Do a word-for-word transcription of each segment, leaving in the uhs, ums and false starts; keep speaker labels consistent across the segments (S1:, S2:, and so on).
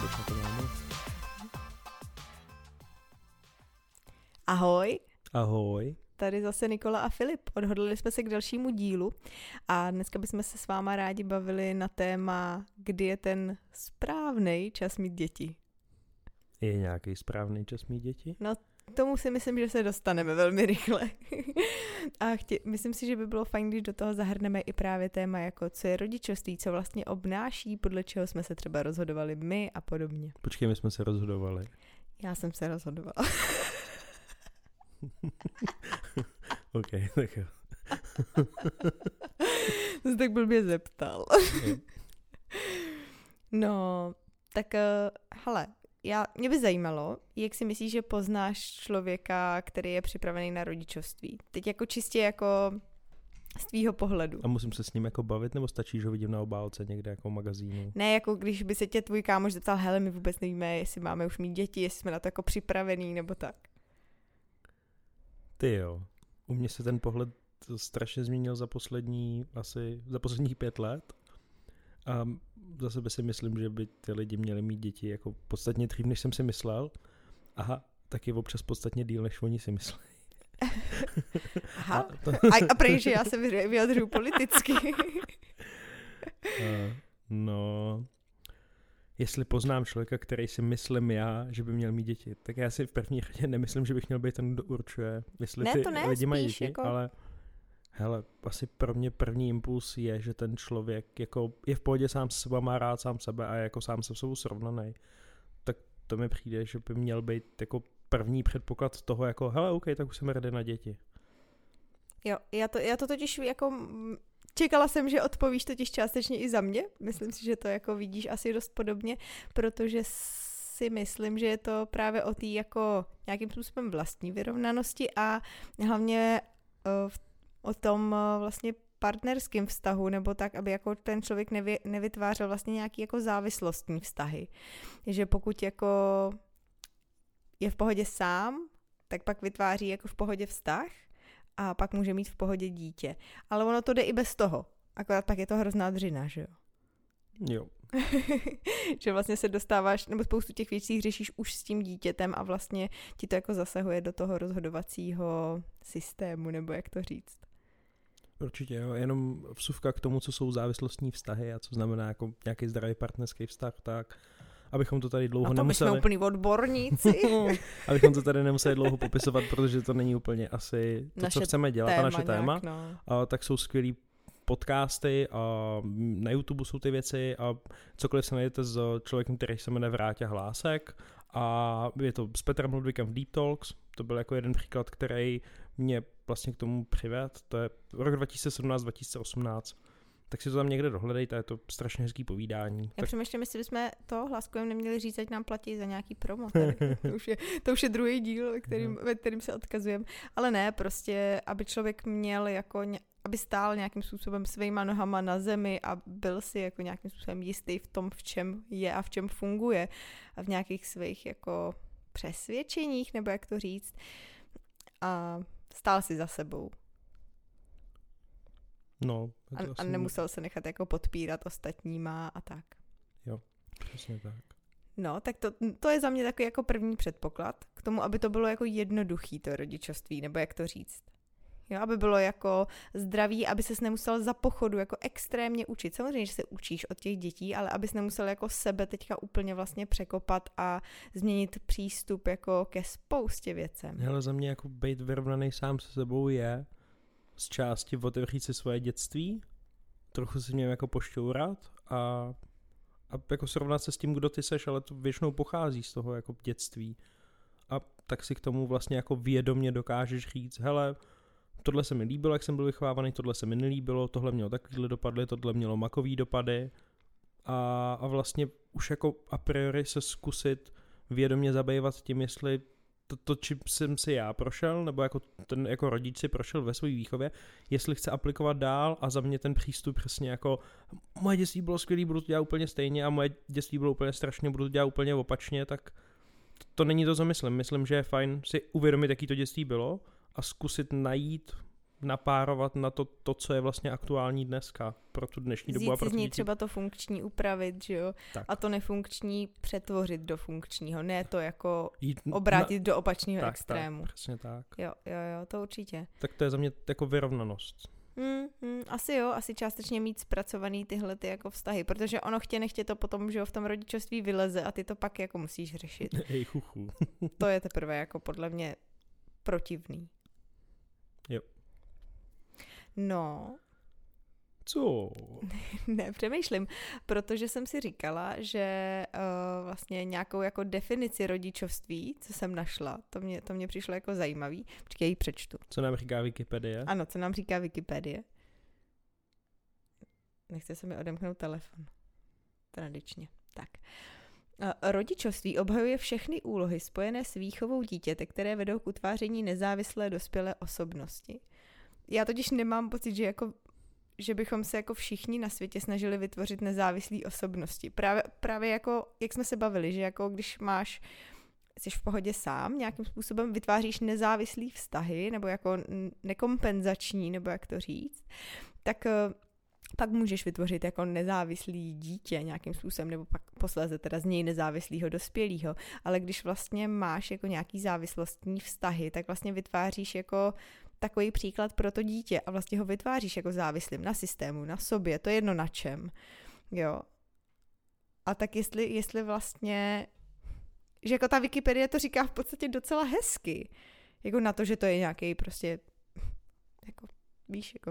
S1: teď na to máme.
S2: Ahoj.
S1: Ahoj.
S2: Tady zase Nikola a Filip. Odhodlili jsme se k dalšímu dílu a dneska bychom se s váma rádi bavili na téma, kdy je ten správný čas mít děti.
S1: Je nějaký správný čas mít děti?
S2: No, tomu si myslím, že se dostaneme velmi rychle. A chtě, myslím si, že by bylo fajn, když do toho zahrneme i právě téma, jako co je rodičovství, co vlastně obnáší, podle čeho jsme se třeba rozhodovali my a podobně.
S1: Počkej, my jsme se rozhodovali.
S2: Já jsem se rozhodovala.
S1: OK, tak jo.
S2: To jsi tak blbě zeptal. No, tak hele, já, mě by zajímalo, jak si myslíš, že poznáš člověka, který je připravený na rodičovství. Teď jako čistě jako z tvýho pohledu.
S1: A musím se s ním jako bavit, nebo stačí, že ho vidím na obálce někde jako v magazínu?
S2: Ne, jako když by se tě tvůj kámoš zeptal, hele, my vůbec nevíme, jestli máme už mít děti, jestli jsme na to jako připravený, nebo tak.
S1: Ty jo. U mě se ten pohled strašně změnil za poslední, asi za posledních pět let. A za sebe si myslím, že by ty lidi měli mít děti jako podstatně dřív, než jsem si myslel. Aha, taky občas podstatně díl, než oni si myslí.
S2: Aha, a, to... a, a prej, že já se vyjadřuju politicky.
S1: uh, no, jestli poznám člověka, který si myslím já, že by měl mít děti, tak já si v první řadě nemyslím, že bych měl být ten, kdo určuje, jestli
S2: ne,
S1: ty
S2: to ne,
S1: lidi mají
S2: spíš,
S1: děti,
S2: jako...
S1: ale hele, asi pro mě první impuls je, že ten člověk jako je v pohodě sám se sebou, má rád sám sebe a je jako sám se sebou srovnaný. Tak to mi přijde, že by měl být jako první předpoklad toho jako, hele, OK, tak už jsem ready na děti.
S2: Jo, já to, já to totiž jako čekala jsem, že odpovíš totiž částečně i za mě. Myslím si, že to jako vidíš asi dost podobně, protože si myslím, že je to právě o té jako nějakým způsobem vlastní vyrovnanosti a hlavně uh, o tom uh, vlastně partnerském vztahu, nebo tak, aby jako ten člověk nevy, nevytvářel vlastně nějaký jako závislostní vztahy. Že pokud jako je v pohodě sám, tak pak vytváří jako v pohodě vztah a pak může mít v pohodě dítě. Ale ono to jde i bez toho. Akorát pak je to hrozná dřina, že jo?
S1: Jo.
S2: Že vlastně se dostáváš, nebo spoustu těch věcí řešíš už s tím dítětem a vlastně ti to jako zasahuje do toho rozhodovacího systému, nebo jak to říct.
S1: Určitě jo, jenom vsuvka k tomu, co jsou závislostní vztahy a co znamená jako nějaký zdravý partnerský vztah, tak abychom to tady dlouho
S2: no to
S1: nemuseli...
S2: my jsme úplný odborníci.
S1: Abychom to tady nemuseli dlouho popisovat, protože to není úplně asi to, naše co chceme dělat, téma, a naše téma.
S2: Nějak, no.
S1: A tak jsou skvělý podcasty a na YouTube jsou ty věci a cokoliv se najdete s člověkem, který se jmenuje Vráťa Hlásek a je to s Petrem Ludvíkem v Deep Talks. To byl jako jeden příklad, který mě vlastně k tomu přived. To je rok dva tisíce sedmnáct dva tisíce osmnáct. Tak si to tam někde dohledejte, je to strašně hezký povídání.
S2: Já
S1: tak...
S2: přemýšlím, jestli bychom to Hláskovým neměli říct, ať nám platí za nějaký promo. Tady. To, už je, to už je druhý díl, ve kterým, ve kterým se odkazujeme. Ale ne, prostě, aby člověk měl jako, aby stál nějakým způsobem svýma nohama na zemi a byl si jako nějakým způsobem jistý v tom, v čem je a v čem funguje. A v nějakých svých jako přesvědčeních, nebo jak to říct. A stál si za sebou.
S1: No,
S2: a, a nemusel se nechat jako podpírat ostatníma a tak.
S1: Jo, přesně tak.
S2: No, tak to, to je za mě takový jako první předpoklad k tomu, aby to bylo jako jednoduchý to rodičovství, nebo jak to říct. Jo, aby bylo jako zdravý, aby ses nemusel za pochodu jako extrémně učit. Samozřejmě, že se učíš od těch dětí, ale abys nemusel jako sebe teďka úplně vlastně překopat a změnit přístup jako ke spoustě věcem.
S1: Hele, za mě jako být vyrovnaný sám se sebou je z části otevřít si svoje dětství, trochu si v něm jako pošťourat a, a jako srovnat se s tím, kdo ty seš, ale to většinou pochází z toho jako dětství. A tak si k tomu vlastně jako vědomě dokážeš říct, hele, tohle se mi líbilo, jak jsem byl vychovávaný, tohle se mi nelíbilo, tohle mělo takovýhle dopady, tohle mělo makový dopady a, a vlastně už jako a priori se zkusit vědomě zabývat tím, jestli to, to, čím jsem si já prošel, nebo jako ten jako rodič si prošel ve své výchově, jestli chce aplikovat dál a za mě ten přístup přesně jako moje dětství bylo skvělý, budu to dělat úplně stejně a moje dětství bylo úplně strašně, budu to dělat úplně opačně, tak to, to není to, co myslím. Myslím, že je fajn si uvědomit, jaký to dětství bylo a zkusit najít napárovat na to, to, co je vlastně aktuální dneska pro tu dnešní dobu.
S2: Vzít
S1: A pro
S2: si z něj
S1: děti...
S2: třeba to funkční upravit, že jo?
S1: Tak.
S2: A to nefunkční přetvořit do funkčního, ne to jako
S1: Jít
S2: obrátit
S1: na...
S2: do opačného
S1: tak,
S2: extrému.
S1: Tak, přesně tak.
S2: Jo, jo, jo, to určitě.
S1: Tak to je za mě jako vyrovnanost.
S2: Hmm, hmm, asi jo, asi částečně mít zpracovaný tyhle ty jako vztahy, protože ono chtě nechtě to potom, že jo, v tom rodičovství vyleze a ty to pak jako musíš řešit.
S1: Ej, chuchu.
S2: To je teprve jako podle mě protivný.
S1: Jo.
S2: No.
S1: Co?
S2: Ne, přemýšlím, protože jsem si říkala, že uh, vlastně nějakou jako definici rodičovství, co jsem našla, to mě, to mě přišlo jako zajímavý. Počkej, ji přečtu.
S1: Co nám říká Wikipedie?
S2: Ano, co nám říká Wikipedie. Nechce se mi odemknout telefon. Tradičně. Tak. Uh, rodičovství obhajuje všechny úlohy spojené s výchovou dítěte, které vedou k utváření nezávislé dospělé osobnosti. Já totiž nemám pocit, že jako že bychom se jako všichni na světě snažili vytvořit nezávislé osobnosti. Právě, právě jako, jak jsme se bavili, že jako když máš, jsi v pohodě sám, nějakým způsobem vytváříš nezávislý vztahy, nebo jako nekompenzační, nebo jak to říct, tak pak můžeš vytvořit jako nezávislý dítě nějakým způsobem, nebo pak posléze teda z něj nezávislýho dospělýho. Ale když vlastně máš jako nějaký závislostní vztahy, tak vlastně vytváříš jako takový příklad pro to dítě a vlastně ho vytváříš jako závislým na systému, na sobě, to je jedno na čem. Jo. A tak jestli, jestli vlastně, že jako ta Wikipedie to říká v podstatě docela hezky. Jako na to, že to je nějaký prostě, jako, víš, jako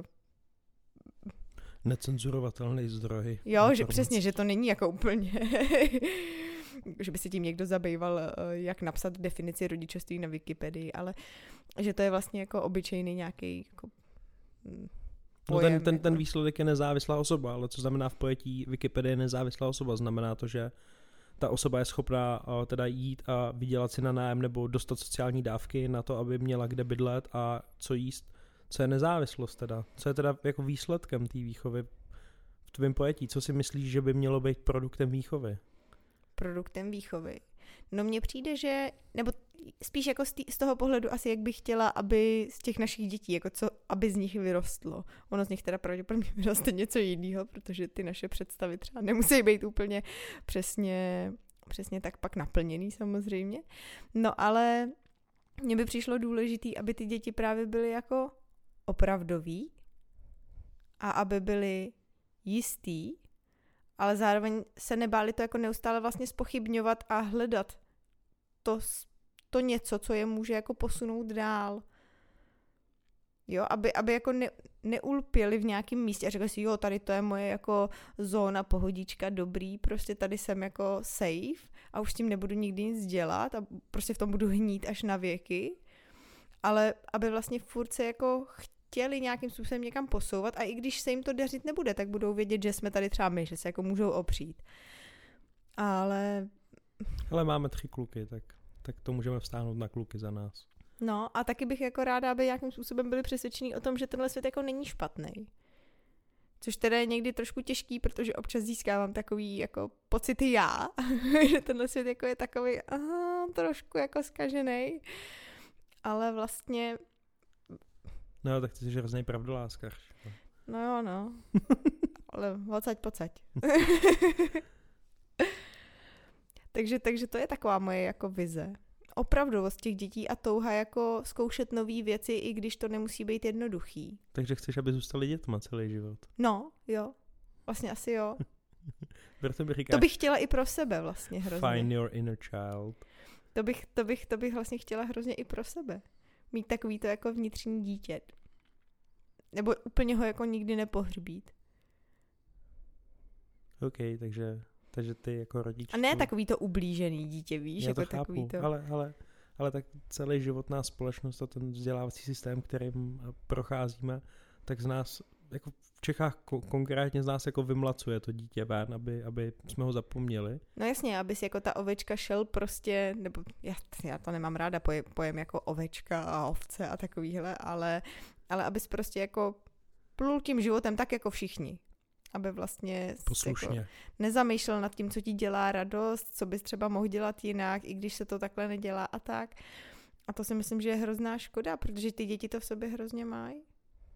S1: necenzurovatelný zdroj.
S2: Jo, že přesně, že to není jako úplně, že by se tím někdo zabýval, jak napsat definici rodičovství na Wikipedii, ale že to je vlastně jako obyčejný nějaký jako
S1: pojem. No ten, ten, ten výsledek je nezávislá osoba, ale co znamená v pojetí Wikipedie nezávislá osoba? Znamená to, že ta osoba je schopná teda jít a vydělat si na nájem nebo dostat sociální dávky na to, aby měla kde bydlet a co jíst. Co je nezávislost teda? Co je teda jako výsledkem té výchovy v tvém pojetí? Co si myslíš, že by mělo být produktem výchovy?
S2: Produktem výchovy? No mně přijde, že, nebo spíš jako z, tý, z toho pohledu asi, jak bych chtěla, aby z těch našich dětí, jako co, aby z nich vyrostlo. Ono z nich teda pravděpodobně vyroste něco jiného, protože ty naše představy třeba nemusí být úplně přesně, přesně tak pak naplněný samozřejmě. No ale mně by přišlo důležitý, aby ty děti právě byly jako opravdový a aby byli jistý, ale zároveň se nebáli to jako neustále vlastně zpochybňovat a hledat to, to něco, co je může jako posunout dál. Jo, aby, aby jako ne, neulpěli v nějakém místě a řekli si, jo, tady to je moje jako zóna, pohodička, dobrý, prostě tady jsem jako safe a už s tím nebudu nikdy nic dělat a prostě v tom budu hnít až na věky, ale aby vlastně furt se jako chtěli nějakým způsobem někam posouvat a i když se jim to dařit nebude, tak budou vědět, že jsme tady třeba my, že se jako můžou opřít. Ale...
S1: Ale máme tři kluky, tak, tak to můžeme vztáhnout na kluky za nás.
S2: No a taky bych jako ráda, aby nějakým způsobem byli přesvědčení o tom, že tenhle svět jako není špatný. Což teda je někdy trošku těžký, protože občas získávám takový jako pocity já, že tenhle svět jako je takový aha, trošku jako zkažený. Ale vlastně...
S1: No, tak ty jsi hrozný pravdoláskař.
S2: No jo, no. Ale odsaď pocať. takže, takže to je taková moje jako vize. Opravdovost těch dětí a touha jako zkoušet nové věci, i když to nemusí být jednoduchý.
S1: Takže chceš, aby zůstali dětma celý život?
S2: No, jo. Vlastně asi jo.
S1: Proto bych říká,
S2: to bych chtěla i pro sebe vlastně hrozně.
S1: Find your inner child.
S2: To bych, to bych, to bych vlastně chtěla hrozně i pro sebe. Mít takový to jako vnitřní dítě. Nebo úplně ho jako nikdy nepohřbít.
S1: OK, takže, takže ty jako rodič...
S2: A ne takový to ublížený dítě, víš?
S1: Já
S2: jako
S1: to chápu,
S2: takový to...
S1: ale, ale, ale tak celý život nás společnost a ten vzdělávací systém, kterým procházíme, tak z nás, jako v Čechách konkrétně z nás jako vymlacuje to dítě ven, aby, aby jsme ho zapomněli.
S2: No jasně, aby si jako ta ovečka šel prostě, nebo já, já to nemám ráda, pojem, pojem jako ovečka a ovce a takovýhle, ale, ale abys prostě jako plul tím životem tak jako všichni. Aby vlastně
S1: poslušně
S2: jako nezamýšlel nad tím, co ti dělá radost, co bys třeba mohl dělat jinak, i když se to takhle nedělá a tak. A to si myslím, že je hrozná škoda, protože ty děti to v sobě hrozně mají.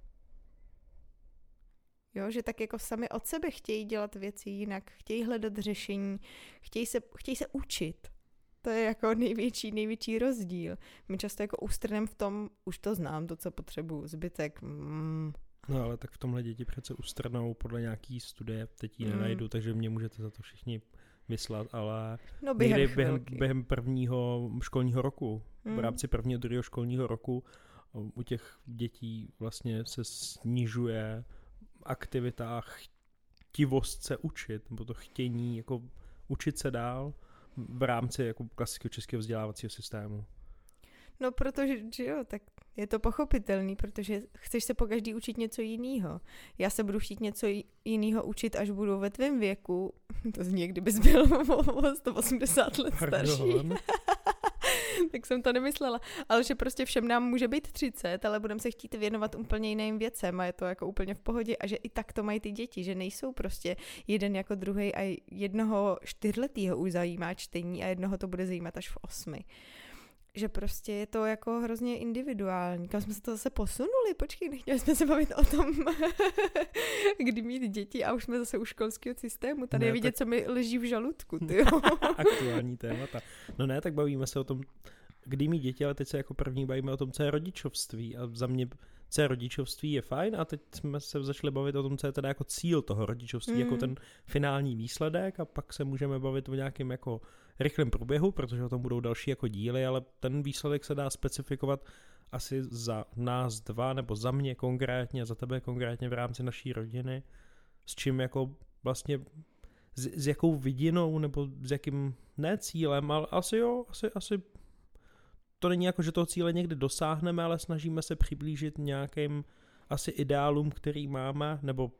S2: Jo, že tak jako sami od sebe chtějí dělat věci jinak, chtějí hledat řešení, chtějí se, chtějí se učit. To je jako největší, největší rozdíl. My často jako ustrneme v tom, už to znám, to, co potřebuju, zbytek. Mm.
S1: No ale tak v tomhle děti přece ustrnou podle nějaký studie, teď ji
S2: Mm.
S1: nenajdu, takže mě můžete za to všichni vyslat, ale
S2: No během
S1: někdy během,
S2: chvilky.
S1: během prvního školního roku,
S2: Mm.
S1: v rámci prvního, druhého školního roku u těch dětí vlastně se snižuje aktivita a chtivost se učit, nebo to chtění jako učit se dál v rámci jako klasického českého vzdělávacího systému.
S2: No protože, že jo, tak je to pochopitelný, protože chceš se pokaždý učit něco jiného. Já se budu chtít něco jiného učit, až budu ve tvém věku. To zní, kdybys byl o sto osmdesát let starší.
S1: Pardon.
S2: Tak jsem to nemyslela. Ale že prostě všem nám může být třicet, ale budeme se chtít věnovat úplně jiným věcem a je to jako úplně v pohodě a že i tak to mají ty děti, že nejsou prostě jeden jako druhej a jednoho čtyřletýho už zajímá čtení a jednoho to bude zajímat až v osmi. Že prostě je to jako hrozně individuální. Kam jsme se to zase posunuli? Počkej, nechtěli jsme se bavit o tom, kdy mít děti a už jsme zase u školského systému. Tady
S1: Ne,
S2: je vidět,
S1: tak...
S2: co mi leží v žaludku. Tyjo.
S1: Aktuální témata. No ne, tak bavíme se o tom, kdy mít děti, ale teď se jako první bavíme o tom, co je rodičovství. A za mě, co je rodičovství, je fajn a teď jsme se začali bavit o tom, co je teda jako cíl toho rodičovství, mm. jako ten finální výsledek a pak se můžeme bavit o nějakém jako rychlém průběhu, protože o tom budou další jako díly, ale ten výsledek se dá specifikovat asi za nás dva, nebo za mě konkrétně, za tebe konkrétně v rámci naší rodiny, s čím jako vlastně, s, s jakou vidinou, nebo s jakým, ne cílem, ale asi jo, asi, asi to není jako, že toho cíle někdy dosáhneme, ale snažíme se přiblížit nějakým asi ideálům, který máme, nebo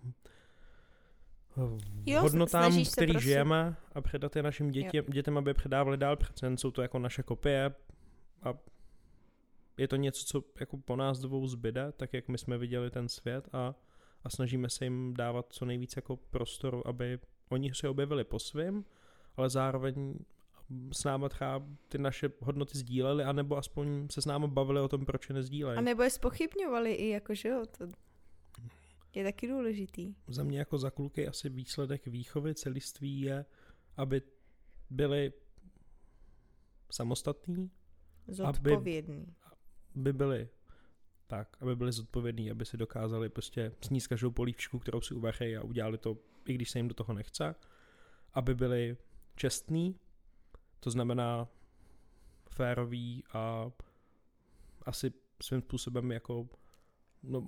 S2: Jo,
S1: hodnotám,
S2: snažíš se
S1: který
S2: prostě-
S1: žijeme a předat je našim dětě, dětem, aby je předávali dál, protože jsou to jako naše kopie a je to něco, co jako po nás dvou zbyde, tak jak my jsme viděli ten svět a, a snažíme se jim dávat co nejvíc jako prostoru, aby oni se objevili po svým, ale zároveň s náma třeba ty naše hodnoty sdíleli, anebo aspoň se s náma bavili o tom, proč je nezdílejí.
S2: A nebo je zpochybňovali i jako, že jo, to je taky důležitý.
S1: Za mě jako za kluky asi výsledek výchovy celiství je, aby byli samostatní,
S2: Zodpovědný.
S1: aby byli tak, aby byli zodpovědní, aby si dokázali prostě sníst každou polívčičku, kterou si uvaří a udělali to, i když se jim do toho nechce, aby byli čestní, to znamená férový a asi svým způsobem jako no,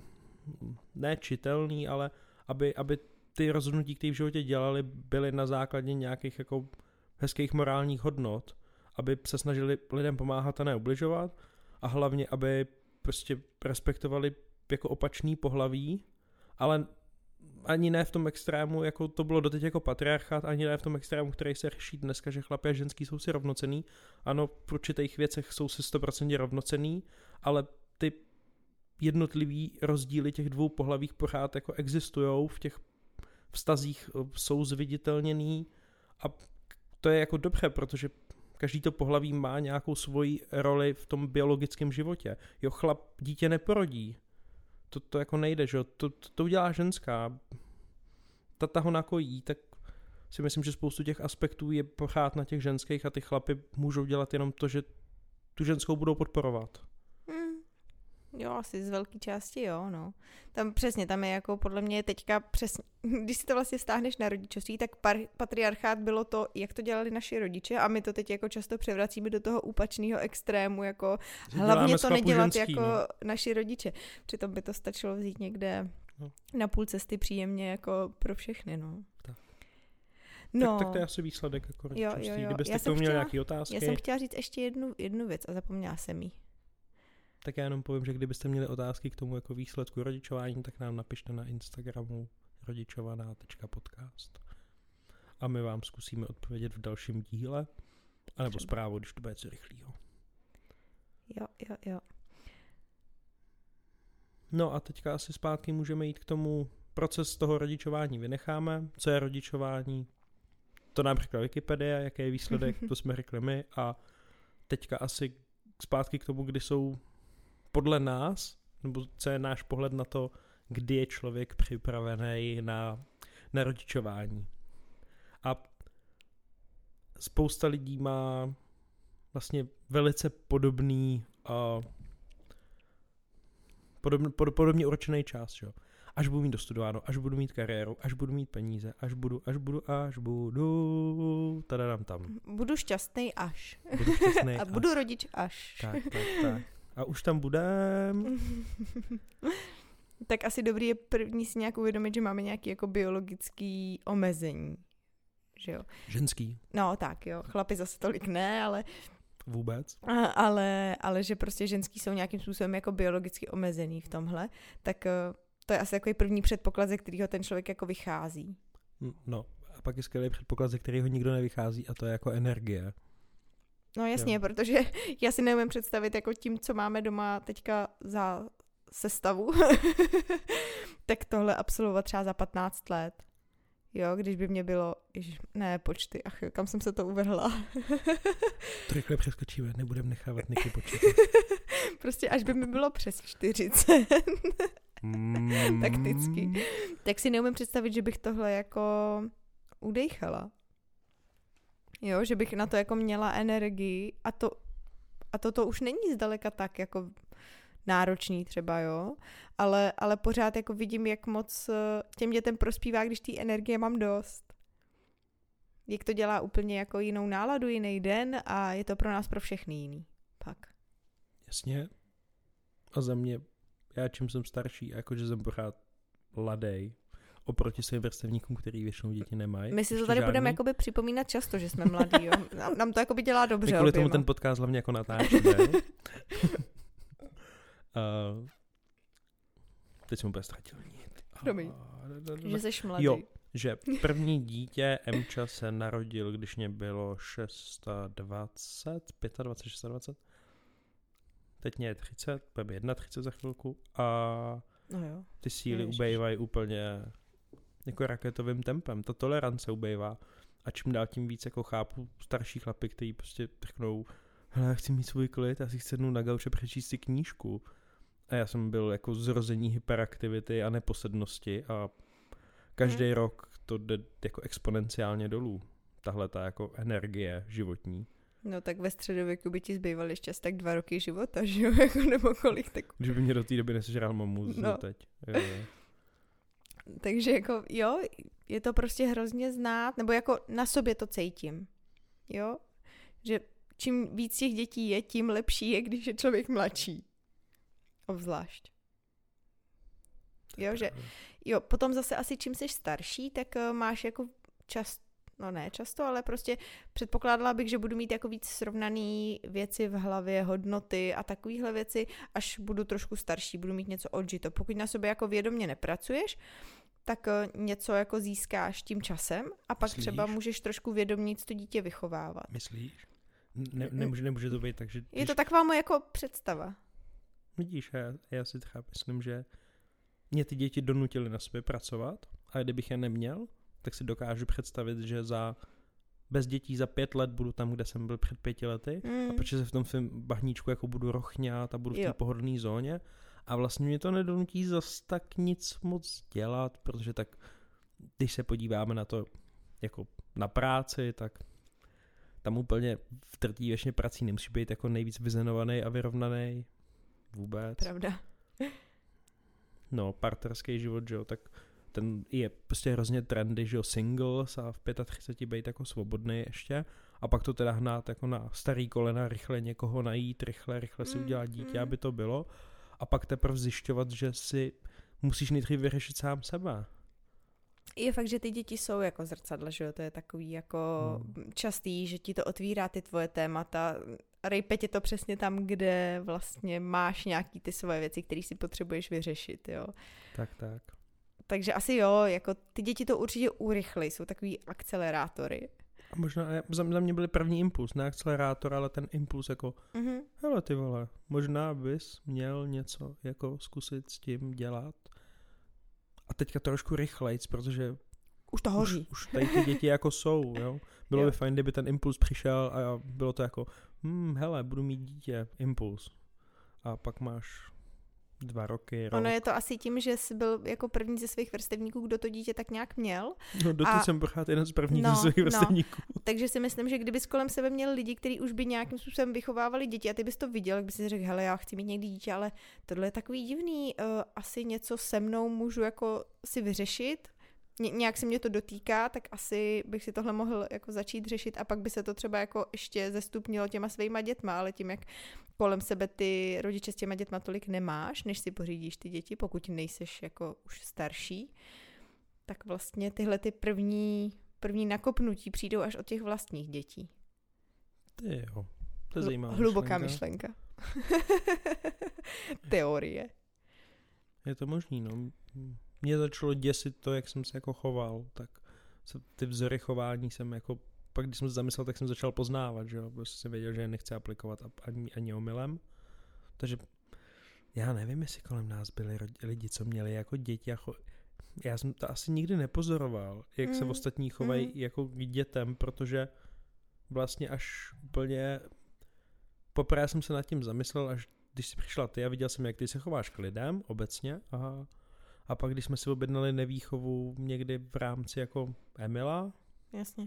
S1: ne čitelný, ale aby, aby ty rozhodnutí, které v životě dělali, byly na základě nějakých jako hezkých morálních hodnot, aby se snažili lidem pomáhat a neubližovat a hlavně, aby prostě respektovali jako opačný pohlaví, ale ani ne v tom extrému, jako to bylo doteď jako patriarchát, ani ne v tom extrému, který se řeší dneska, že chlapi a ženský jsou si rovnocenný. Ano, v určitých věcech jsou si sto procent rovnocenný, ale ty jednotlivý rozdíly těch dvou pohlavích pořád jako existujou, v těch vztazích jsou zviditelněný a to je jako dobře, protože každý to pohlaví má nějakou svoji roli v tom biologickém životě. Jo, chlap dítě neporodí. To, to jako nejde, že jo, to, to, to udělá ženská. Tata ho nakojí, tak si myslím, že spoustu těch aspektů je pořád na těch ženských a ty chlapy můžou dělat jenom to, že tu ženskou budou podporovat.
S2: Hmm. Jo, asi z velké části jo, no. Tam přesně, tam je jako podle mě teďka přesně, když si to vlastně stáhneš na rodičovství, tak par, patriarchát bylo to, jak to dělali naši rodiče a my to teď jako často převracíme do toho úpačného extrému, jako hlavně to nedělat ženský, jako no. naši rodiče. Přitom by to stačilo vzít někde no. na půl cesty příjemně jako pro všechny, no.
S1: Tak.
S2: No.
S1: Tak, tak to je asi výsledek jako rodičovství.
S2: Jo, jo, jo.
S1: Kdybyste k tomu měli nějaký otázky.
S2: Já jsem chtěla říct ještě jednu, jednu věc a zapomněla jsem jí.
S1: Tak já jenom povím, že kdybyste měli otázky k tomu jako výsledku rodičování, tak nám napište na Instagramu rodičovaná tečka podcast. A my vám zkusíme odpovědět v dalším díle. A nebo zprávu, když to bude co rychlýho.
S2: Jo, jo, jo.
S1: No a teďka asi zpátky můžeme jít k tomu, proces toho rodičování vynecháme. Co je rodičování? To nám řekla Wikipedie, jaký je výsledek, to jsme řekli my. A teďka asi zpátky k tomu, kdy jsou podle nás, nebo co je náš pohled na to, kdy je člověk připravený na, na rodičování. A spousta lidí má vlastně velice podobný uh, podobně, pod, podobně určený čas, jo. Až budu mít dostudováno, až budu mít kariéru, až budu mít peníze, až budu, až budu, až budu, tadadam tam.
S2: Budu šťastný až.
S1: Budu šťastný
S2: A
S1: až.
S2: budu rodič až.
S1: Tak, tak, tak. A už tam budem.
S2: Tak asi dobrý je první si nějak uvědomit, že máme nějaký jako biologický omezení. Že jo?
S1: Ženský.
S2: No tak jo, chlapi zase tolik ne, ale
S1: Vůbec.
S2: A, ale, ale že prostě ženský jsou nějakým způsobem jako biologicky omezený v tomhle, tak uh, to je asi takový první předpoklad, ze kterého ten člověk jako vychází.
S1: No, a pak je skvělý předpoklad, ze kterého nikdo nevychází, a to je jako energie.
S2: No jasně, jo. Protože já si neumím představit jako tím, co máme doma teďka za sestavu, tak tohle absolvovat třeba za patnáct let. Jo, když by mě bylo, ježiš, ne, počty, ach jo, kam jsem se to uvrhla.
S1: To rychle přeskočíme, nebudeme nechávat Niky počítat.
S2: Prostě až by mi bylo přes čtyřicet.
S1: Mm.
S2: Takticky. Tak si neumím představit, že bych tohle jako udejchala. Jo, že bych na to jako měla energii a to, a to, to už není zdaleka tak jako náročný třeba, jo, ale, ale pořád jako vidím, jak moc těm dětem prospívá, když té energie mám dost. Jak to dělá úplně jako jinou náladu, jiný den a je to pro nás pro všechny jiný. Pak.
S1: Jasně. A za mě, já čím jsem starší, jakože jsem pořád mladej, oproti svým vrstevníkům, který většinou děti nemají.
S2: My si to tady budeme jakoby připomínat často, že jsme mladí, jo. Nám, nám to jakoby dělá dobře.
S1: Kvůli
S2: oběma.
S1: tomu ten podcast hlavně jako natáčíme. Uh, teď jsem úplně ztratil nit.
S2: Promiň, že jsi mladý.
S1: Jo, že první dítě Emča se narodil, když mě bylo dvacet šest, dvacet pět, dvacet šest. Teď mě je třicet, bude mi třicet jedna za chvilku a
S2: no jo.
S1: ty síly
S2: Ježiš.
S1: ubejvají úplně jako raketovým tempem. Ta tolerance ubejvá a čím dál tím víc jako chápu starší chlapy, kteří prostě řeknou, hele, já chci mít svůj klid, já si chci sednout na gauče přečíst si knížku. A já jsem byl jako zrození hyperaktivity a neposednosti a každý hmm. rok to jde jako exponenciálně dolů. Tahle ta jako energie životní.
S2: No tak ve středověku by ti zbývaly ještě tak dva roky života, že jo, jako nebo kolik tak.
S1: Když by mě do té doby nesežral mamu
S2: no.
S1: teď. Jo, jo.
S2: Takže jako jo, je to prostě hrozně znát, nebo jako na sobě to cítím. Jo, že čím víc těch dětí je, tím lepší je, když je člověk mladší. Obzvlášť. Jo, že jo, potom zase asi čím jsi starší, tak uh, máš jako čas, no ne často, ale prostě předpokládala bych, že budu mít jako víc srovnaný věci v hlavě, hodnoty a takovýhle věci, až budu trošku starší, budu mít něco odžito. Pokud na sobě jako vědomě nepracuješ, tak uh, něco jako získáš tím časem a pak
S1: Myslíš?
S2: Třeba můžeš trošku vědomnit to dítě vychovávat.
S1: Myslíš? Ne, nemůže, nemůže to být tak, že...
S2: Je to taková moje jako představa.
S1: Vidíš, já, já si třeba myslím, že mě ty děti donutily na sobě pracovat a kdybych je neměl, tak si dokážu představit, že za bez dětí za pět let budu tam, kde jsem byl před pěti lety mm. a protože se v tom svém bahníčku jako budu rochňat a budu v té pohodlné zóně a vlastně mě to nedonutí zas tak nic moc dělat, protože tak, když se podíváme na to jako na práci, tak tam úplně v drtí většině prací nemusí být jako nejvíc vyzenovaný a vyrovnaný. Vůbec.
S2: Pravda.
S1: No, partnerský život, že jo, tak ten je prostě hrozně trendy, že jo, singles a v třicet pět být jako svobodný ještě a pak to teda hnát jako na starý kolena, rychle někoho najít, rychle, rychle si udělat dítě, mm. aby to bylo a pak teprve zjišťovat, že si musíš nejdřív vyřešit sám sebe.
S2: Je fakt, že ty děti jsou jako zrcadla, že jo, to je takový jako hmm. častý, že ti to otvírá ty tvoje témata, rejpe tě to přesně tam, kde vlastně máš nějaký ty svoje věci, které si potřebuješ vyřešit, jo.
S1: Tak, tak.
S2: Takže asi jo, jako ty děti to určitě urychlí, jsou takový akcelerátory.
S1: A možná za mě byly první impuls, ne akcelerátor, ale ten impuls jako,
S2: mm-hmm.
S1: hele ty vole, možná bys měl něco jako zkusit s tím dělat. A teďka trošku rychlejc, protože
S2: už to hoří.
S1: Už, už tady ty děti jako jsou, jo. Bylo jo. by fajn, kdyby ten impuls přišel a bylo to jako, hm, hele, budu mít dítě, impuls. A pak máš dva roky, rok.
S2: Ono je to asi tím, že jsi byl jako první ze svých vrstevníků, kdo to dítě tak nějak měl.
S1: No, dokud
S2: a...
S1: jsem pořád jeden z prvních
S2: no,
S1: ze svých vrstevníků.
S2: No. Takže si myslím, že kdybys kolem sebe měl lidi, kteří už by nějakým způsobem vychovávali děti a ty bys to viděl, jak bys si řekl, hele, já chci mít někdy dítě, ale tohle je takový divný, uh, asi něco se mnou můžu jako si vyřešit, Ně- nějak se mě to dotýká, tak asi bych si tohle mohl jako začít řešit a pak by se to třeba jako ještě zestupnilo těma svýma dětma, ale tím, jak kolem sebe ty rodiče s těma dětma tolik nemáš, než si pořídíš ty děti, pokud nejseš jako už starší, tak vlastně tyhle ty první, první nakopnutí přijdou až od těch vlastních dětí.
S1: Ty jo, to je zajímavá
S2: Hluboká myšlenka. Teorie.
S1: Je to možný, no. Mě začalo děsit to, jak jsem se jako choval, tak se, ty vzory chování jsem jako, pak když jsem se zamyslel, tak jsem začal poznávat, že jo, prostě jsem věděl, že je nechci aplikovat ani, ani omylem, takže já nevím, jestli kolem nás byli lidi, co měli jako děti a cho... já jsem to asi nikdy nepozoroval, jak mm. se ostatní chovají mm. jako k dětem, protože vlastně až úplně poprvé jsem se nad tím zamyslel, až když jsi přišla ty a viděl jsem, jak ty se chováš k lidem obecně a A pak, když jsme si objednali nevýchovu někdy v rámci jako Emila,
S2: jasně,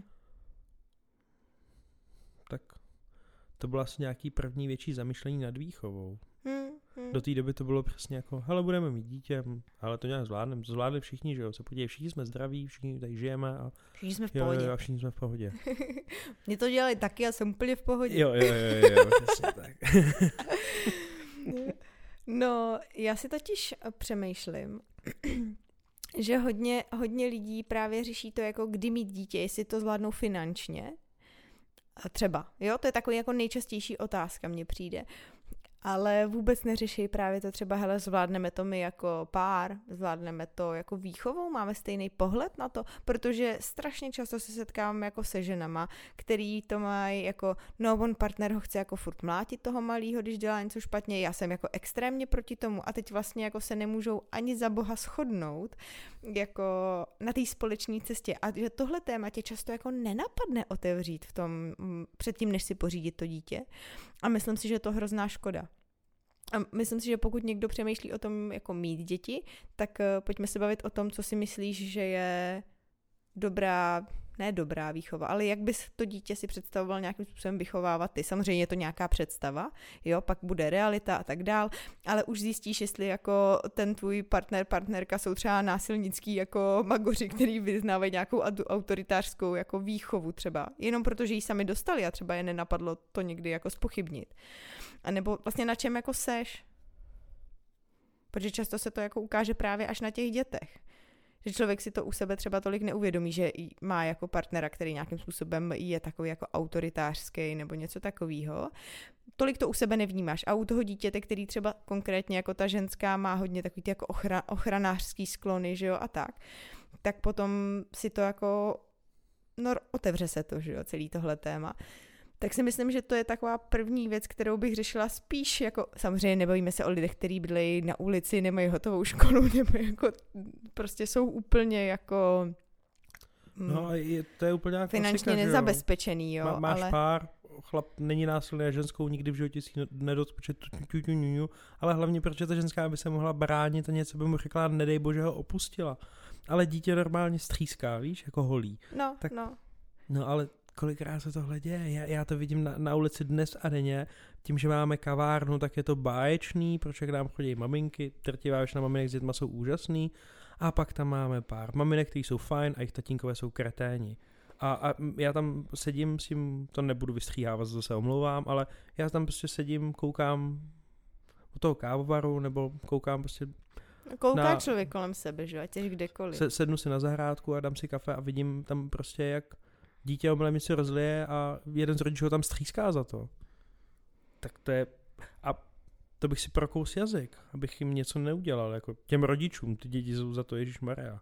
S1: tak to bylo asi nějaký první větší zamýšlení nad výchovou.
S2: hmm, hmm.
S1: Do té doby to bylo přesně jako, hele, budeme mít dítě, ale to nějak zvládneme, to zvládli všichni, že jo, se podívej, všichni jsme zdraví, všichni tady žijeme a
S2: všichni jsme v
S1: jo,
S2: pohodě.
S1: Jo, jo, všichni jsme v pohodě.
S2: Mě to dělali taky a jsem úplně v pohodě.
S1: Jo, jo, jo, jo, přesně tak.
S2: No, já si totiž přemýšlím, že hodně, hodně lidí právě řeší to, jako kdy mít dítě, jestli to zvládnou finančně. A třeba, jo, to je takový jako nejčastější otázka, mně přijde. Ale vůbec neřeší právě to třeba, hele, zvládneme to my jako pár, zvládneme to jako výchovou, máme stejný pohled na to, protože strašně často se setkám jako se ženama, který to mají jako, no on partner ho chce jako furt mlátit toho malýho, když dělá něco špatně, já jsem jako extrémně proti tomu a teď vlastně jako se nemůžou ani za boha shodnout jako na té společné cestě a že tohle téma tě často jako nenapadne otevřít v tom, předtím, než si pořídit to dítě a myslím si, že je to hrozná škoda. A myslím si, že pokud někdo přemýšlí o tom jako mít děti, tak uh, pojďme se bavit o tom, co si myslíš, že je dobrá, ne dobrá výchova, ale jak bys to dítě si představoval nějakým způsobem vychovávat ty. Samozřejmě je to nějaká představa, jo, pak bude realita a tak dál, ale už zjistíš, jestli jako ten tvůj partner, partnerka jsou třeba násilnický jako magoři, který vyznávají nějakou autoritářskou jako výchovu třeba, jenom protože ji sami dostali a třeba je nenapadlo to někdy jako zpochybnit. A nebo vlastně na čem jako seš. Protože často se to jako ukáže právě až na těch dětech. Že člověk si to u sebe třeba tolik neuvědomí, že má jako partnera, který nějakým způsobem je takový jako autoritářský nebo něco takového. Tolik to u sebe nevnímáš. A u toho dítěte, který třeba konkrétně jako ta ženská má hodně takový ty jako ochra, ochranářský sklony, že jo, a tak, tak potom si to jako, no otevře se to, že jo, celý tohle téma. Tak si myslím, že to je taková první věc, kterou bych řešila spíš jako, samozřejmě nebavíme se o lidech, kteří byli na ulici, nemají hotovou školu, nebo jako prostě jsou úplně jako
S1: no, je, to je úplně
S2: finančně klasika, nezabezpečený, jo.
S1: Má, máš
S2: ale...
S1: pár, chlap není násilný a ženskou nikdy v životě si nedospočet, ale hlavně protože ta ženská by se mohla bránit a něco by mu řekla, nedej bože ho opustila. Ale dítě normálně stříská, víš, jako holí.
S2: No,
S1: tak,
S2: no.
S1: No ale kolikrát se tohle děje, já, já to vidím na, na ulici dnes a denně, tím, že máme kavárnu, tak je to báječný, protože k nám chodí maminky, drtivá většina maminek s dětma jsou úžasný, a pak tam máme pár maminek, který jsou fajn a jejich tatínkové jsou kreténi. A, a já tam sedím s tím, to nebudu vystříhávat, zase omlouvám, ale já tam prostě sedím, koukám u toho kávovaru, nebo koukám prostě
S2: Kouká na, člověk kolem sebe, že ať jsi kdekoliv.
S1: Se, sednu si na zahrádku a dám si kafe a vidím tam prostě, jak dítě omylem se rozlije a jeden z rodičů ho tam stříská za to. Tak to je... A to bych si prokous jazyk, abych jim něco neudělal, jako těm rodičům, ty děti jsou za to Ježišmarja.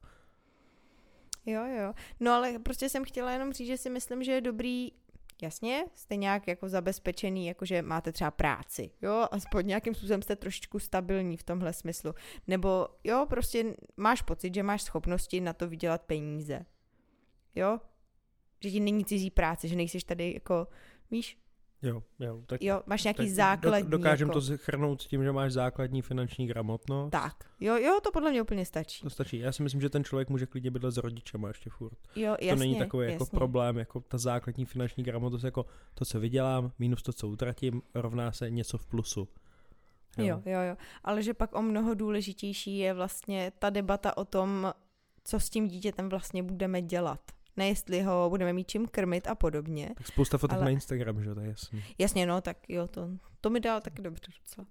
S2: Jo, jo. No ale prostě jsem chtěla jenom říct, že si myslím, že je dobrý, jasně, jste nějak jako zabezpečený, jakože máte třeba práci, jo, aspoň nějakým způsobem jste trošičku stabilní v tomhle smyslu. Nebo jo, prostě máš pocit, že máš schopnosti na to vydělat peníze. Jo? Že ti není cizí práce, že nejsiš tady jako, víš,
S1: Jo, jo. Tak,
S2: jo, máš nějaký
S1: tak
S2: základní.
S1: Dokážem
S2: jako...
S1: to shrnout tím, že máš základní finanční gramotnost.
S2: Tak, jo, jo, to podle mě úplně stačí.
S1: To stačí. Já si myslím, že ten člověk může klidně bydlet s rodičema ještě furt.
S2: Jo, jasně,
S1: to není takový
S2: jasně.
S1: jako problém, jako ta základní finanční gramotnost, jako to, co vydělám, minus to, co utratím, rovná se něco v plusu.
S2: Jo. jo, jo, jo. Ale že pak o mnoho důležitější je vlastně ta debata o tom, co s tím dítětem vlastně budeme dělat. Ne jestli ho budeme mít čím krmit a podobně.
S1: Tak spousta fotek
S2: ale...
S1: na Instagram, že to je jasný.
S2: Jasně, no, tak jo, to, to mi dal taky dobře docela.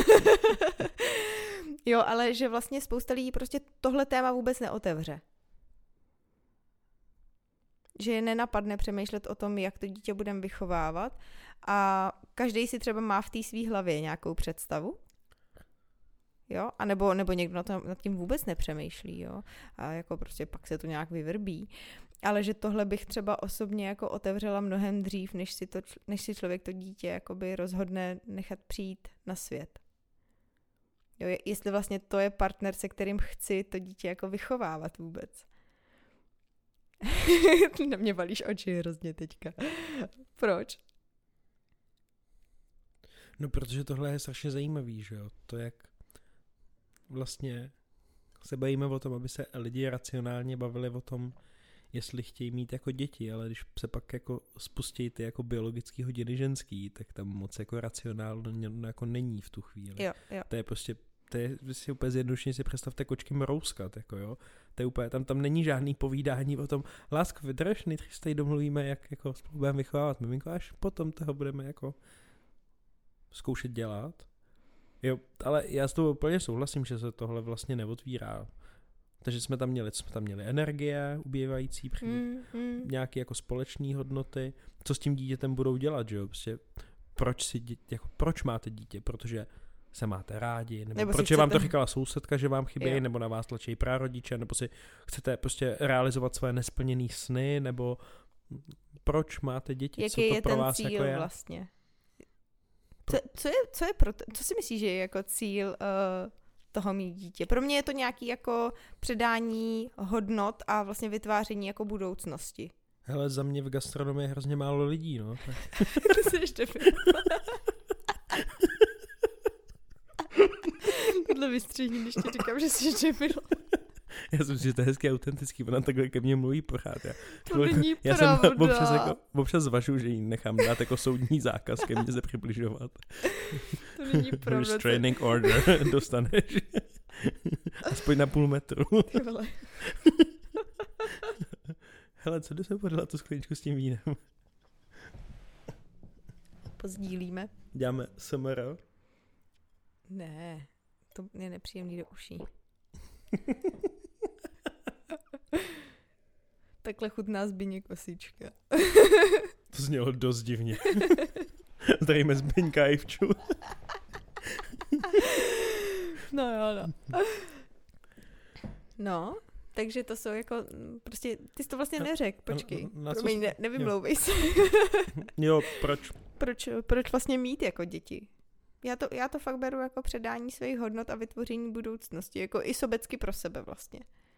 S2: Jo, ale že vlastně spousta lidí prostě tohle téma vůbec neotevře. Že je nenapadne přemýšlet o tom, jak to dítě budeme vychovávat a každý si třeba má v té své hlavě nějakou představu. Jo, a nebo, nebo někdo na tom, nad tím vůbec nepřemýšlí, jo, a jako prostě pak se to nějak vyvrbí. Ale že tohle bych třeba osobně jako otevřela mnohem dřív, než si, to, než si člověk to dítě jakoby rozhodne nechat přijít na svět. Jo, jestli vlastně to je partner, se kterým chci to dítě jako vychovávat vůbec. Na mě balíš oči hrozně teďka. Proč?
S1: No, protože tohle je strašně zajímavý, že jo, to jak vlastně se bavíme o tom, aby se lidi racionálně bavili o tom, jestli chtějí mít jako děti, ale když se pak jako spustí ty jako biologický hodiny ženský, tak tam moc jako racionálně jako není v tu chvíli.
S2: Jo, jo.
S1: To je prostě, to je si úplně zjednodušeně si představte kočky mrouskat, jako jo. To je úplně, tam, tam není žádný povídání o tom, lásko, vydrž, nejdřív se tady domluvíme, jak jako spolu budeme vychovávat miminko, až potom toho budeme jako zkoušet dělat. Jo, ale já s toho úplně souhlasím, že se tohle vlastně neotvírá. Takže jsme tam měli, jsme tam měli energie ubývající,
S2: mm, mm.
S1: nějaké jako společné hodnoty, co s tím dítětem budou dělat, že jo? Prostě proč si dě, jako proč máte dítě? Protože se máte rádi, nebo, nebo proč chcete... vám to říkala sousedka, že vám chybějí, nebo na vás tlačí prarodiče, nebo si chcete prostě realizovat své nesplněné sny, nebo proč máte děti?
S2: Jaký
S1: co to
S2: je
S1: pro
S2: ten
S1: vás
S2: cíl
S1: jako je?
S2: vlastně? Co, co, je, co, je pro, co si myslíš, že je jako cíl uh, toho mít dítě? Pro mě je to nějaký jako předání hodnot a vlastně vytváření jako budoucnosti.
S1: Hele, za mě v gastronomii je hrozně málo lidí, no.
S2: Ty jsi ještě Tohle vystřihni, když ti říkám, že jsi ještě byl.
S1: Já si myslím, že to je hezky autentický, ona takhle ke mně mluví pořád. Já,
S2: to není
S1: já
S2: pravda.
S1: jsem občas, jako, občas zvažuji, že jí nechám dát jako soudní zákaz ke mně se přibližovat.
S2: To není pravda.
S1: Restraining order dostaneš. Aspoň na půl metru.
S2: Ty vole.
S1: Hele, co jde se podala tu skleničku s tím vínem?
S2: Pozdílíme.
S1: Děláme S M R.
S2: Ne, to je nepříjemný do uší. Takhle chutná Zbyněk Osička.
S1: To znělo dost divně. Zdravíme Zbyňka Ivču.
S2: No jo, no. No, takže to jsou jako, prostě, ty jsi to vlastně neřekl, počkej.
S1: Na, na
S2: Promiň, ne, nevymlouvej se.
S1: Jo, proč?
S2: proč? Proč vlastně mít jako děti? Já to, já to fakt beru jako předání svých hodnot a vytvoření budoucnosti, jako i sobecky pro sebe vlastně.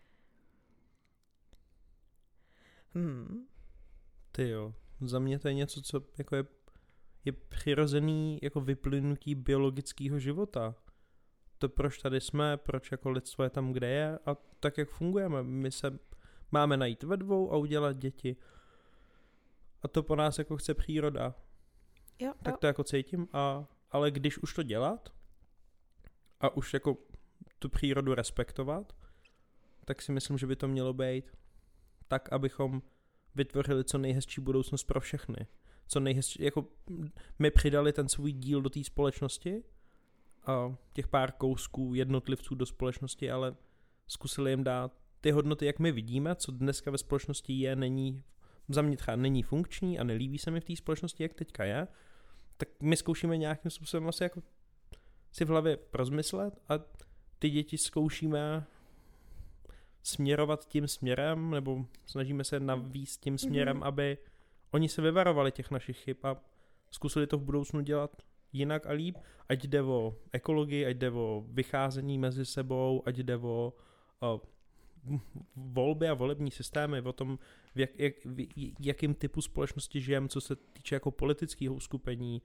S2: Hmm.
S1: Ty jo, za mě to je něco, co jako je, je přirozený jako vyplynutí biologického života. To, proč tady jsme, proč jako lidstvo je tam, kde je a tak, jak fungujeme. My se máme najít ve dvou a udělat děti. A to po nás jako chce příroda.
S2: Jo,
S1: tak
S2: jo.
S1: to jako cítím, a, ale když už to dělat a už jako tu přírodu respektovat, tak si myslím, že by to mělo být tak, abychom vytvořili co nejhezčí budoucnost pro všechny. Co nejhezčí, jako my přidali ten svůj díl do té společnosti a těch pár kousků jednotlivců do společnosti, ale zkusili jim dát ty hodnoty, jak my vidíme, co dneska ve společnosti je, není, za mě třeba není funkční a nelíbí se mi v té společnosti, jak teďka je, tak my zkoušíme nějakým způsobem vlastně jako si v hlavě rozmyslet a ty děti zkoušíme směrovat tím směrem, nebo snažíme se navíst tím směrem, mm-hmm. aby oni se vyvarovali těch našich chyb a zkusili to v budoucnu dělat jinak a líp, ať jde o ekologii, ať jde o vycházení mezi sebou, ať jde o, o volby a volební systémy, o tom, v jak, jak, v jakým typu společnosti žijeme, co se týče jako politického uskupení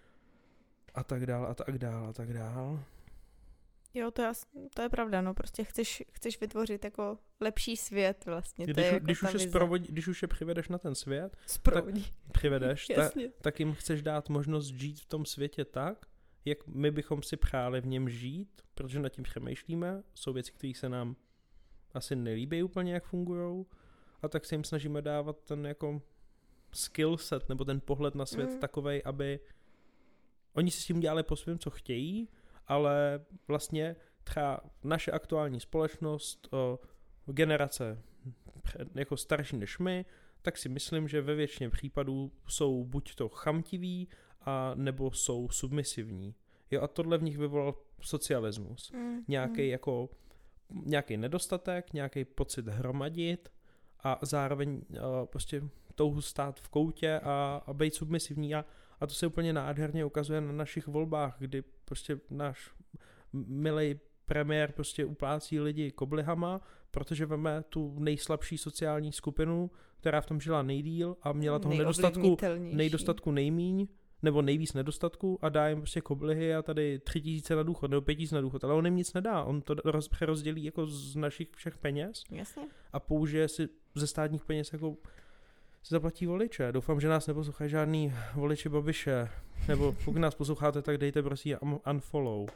S1: a tak dál a tak dál a tak dál.
S2: Jo, to je, to je pravda, no, prostě chceš, chceš vytvořit jako lepší svět vlastně.
S1: Když,
S2: to je jako
S1: když, už je sprovodí, když už je přivedeš na ten svět,
S2: Sprovodí.
S1: tak, přivedeš, ta, tak jim chceš dát možnost žít v tom světě tak, jak my bychom si přáli v něm žít, protože nad tím přemýšlíme, jsou věci, které se nám asi nelíbí úplně, jak fungujou, a tak se jim snažíme dávat ten jako skill set, nebo ten pohled na svět mm. takovej, aby oni si s tím dělali po svém, co chtějí, ale vlastně třeba naše aktuální společnost, o, generace jako starší než my, tak si myslím, že ve většině případů jsou buď to chamtiví, a nebo jsou submisivní. Jo, a tohle v nich vyvolal socialismus. Mm, nějaký mm. jako nějaký nedostatek, nějaký pocit hromadit a zároveň uh, prostě touhu stát v koutě a, a být submisivní. A, a to se úplně nádherně ukazuje na našich volbách, kdy prostě náš milej premiér prostě uplácí lidi koblihama, protože veme tu nejslabší sociální skupinu, která v tom žila nejdýl a měla toho nedostatku, nedostatku nejmíň, nebo nejvíc nedostatku a dá jim prostě koblihy a tady tři tisíce na důchod nebo pět tisíc na důchod, ale on jim nic nedá, on to roz, přerozdělí jako z našich všech peněz.
S2: Jasně.
S1: A použije si ze státních peněz jako si zaplatí voliče. Doufám, že nás neposlouchají žádný voliči Babiše, nebo pokud nás posloucháte, tak dejte prosím unfollow.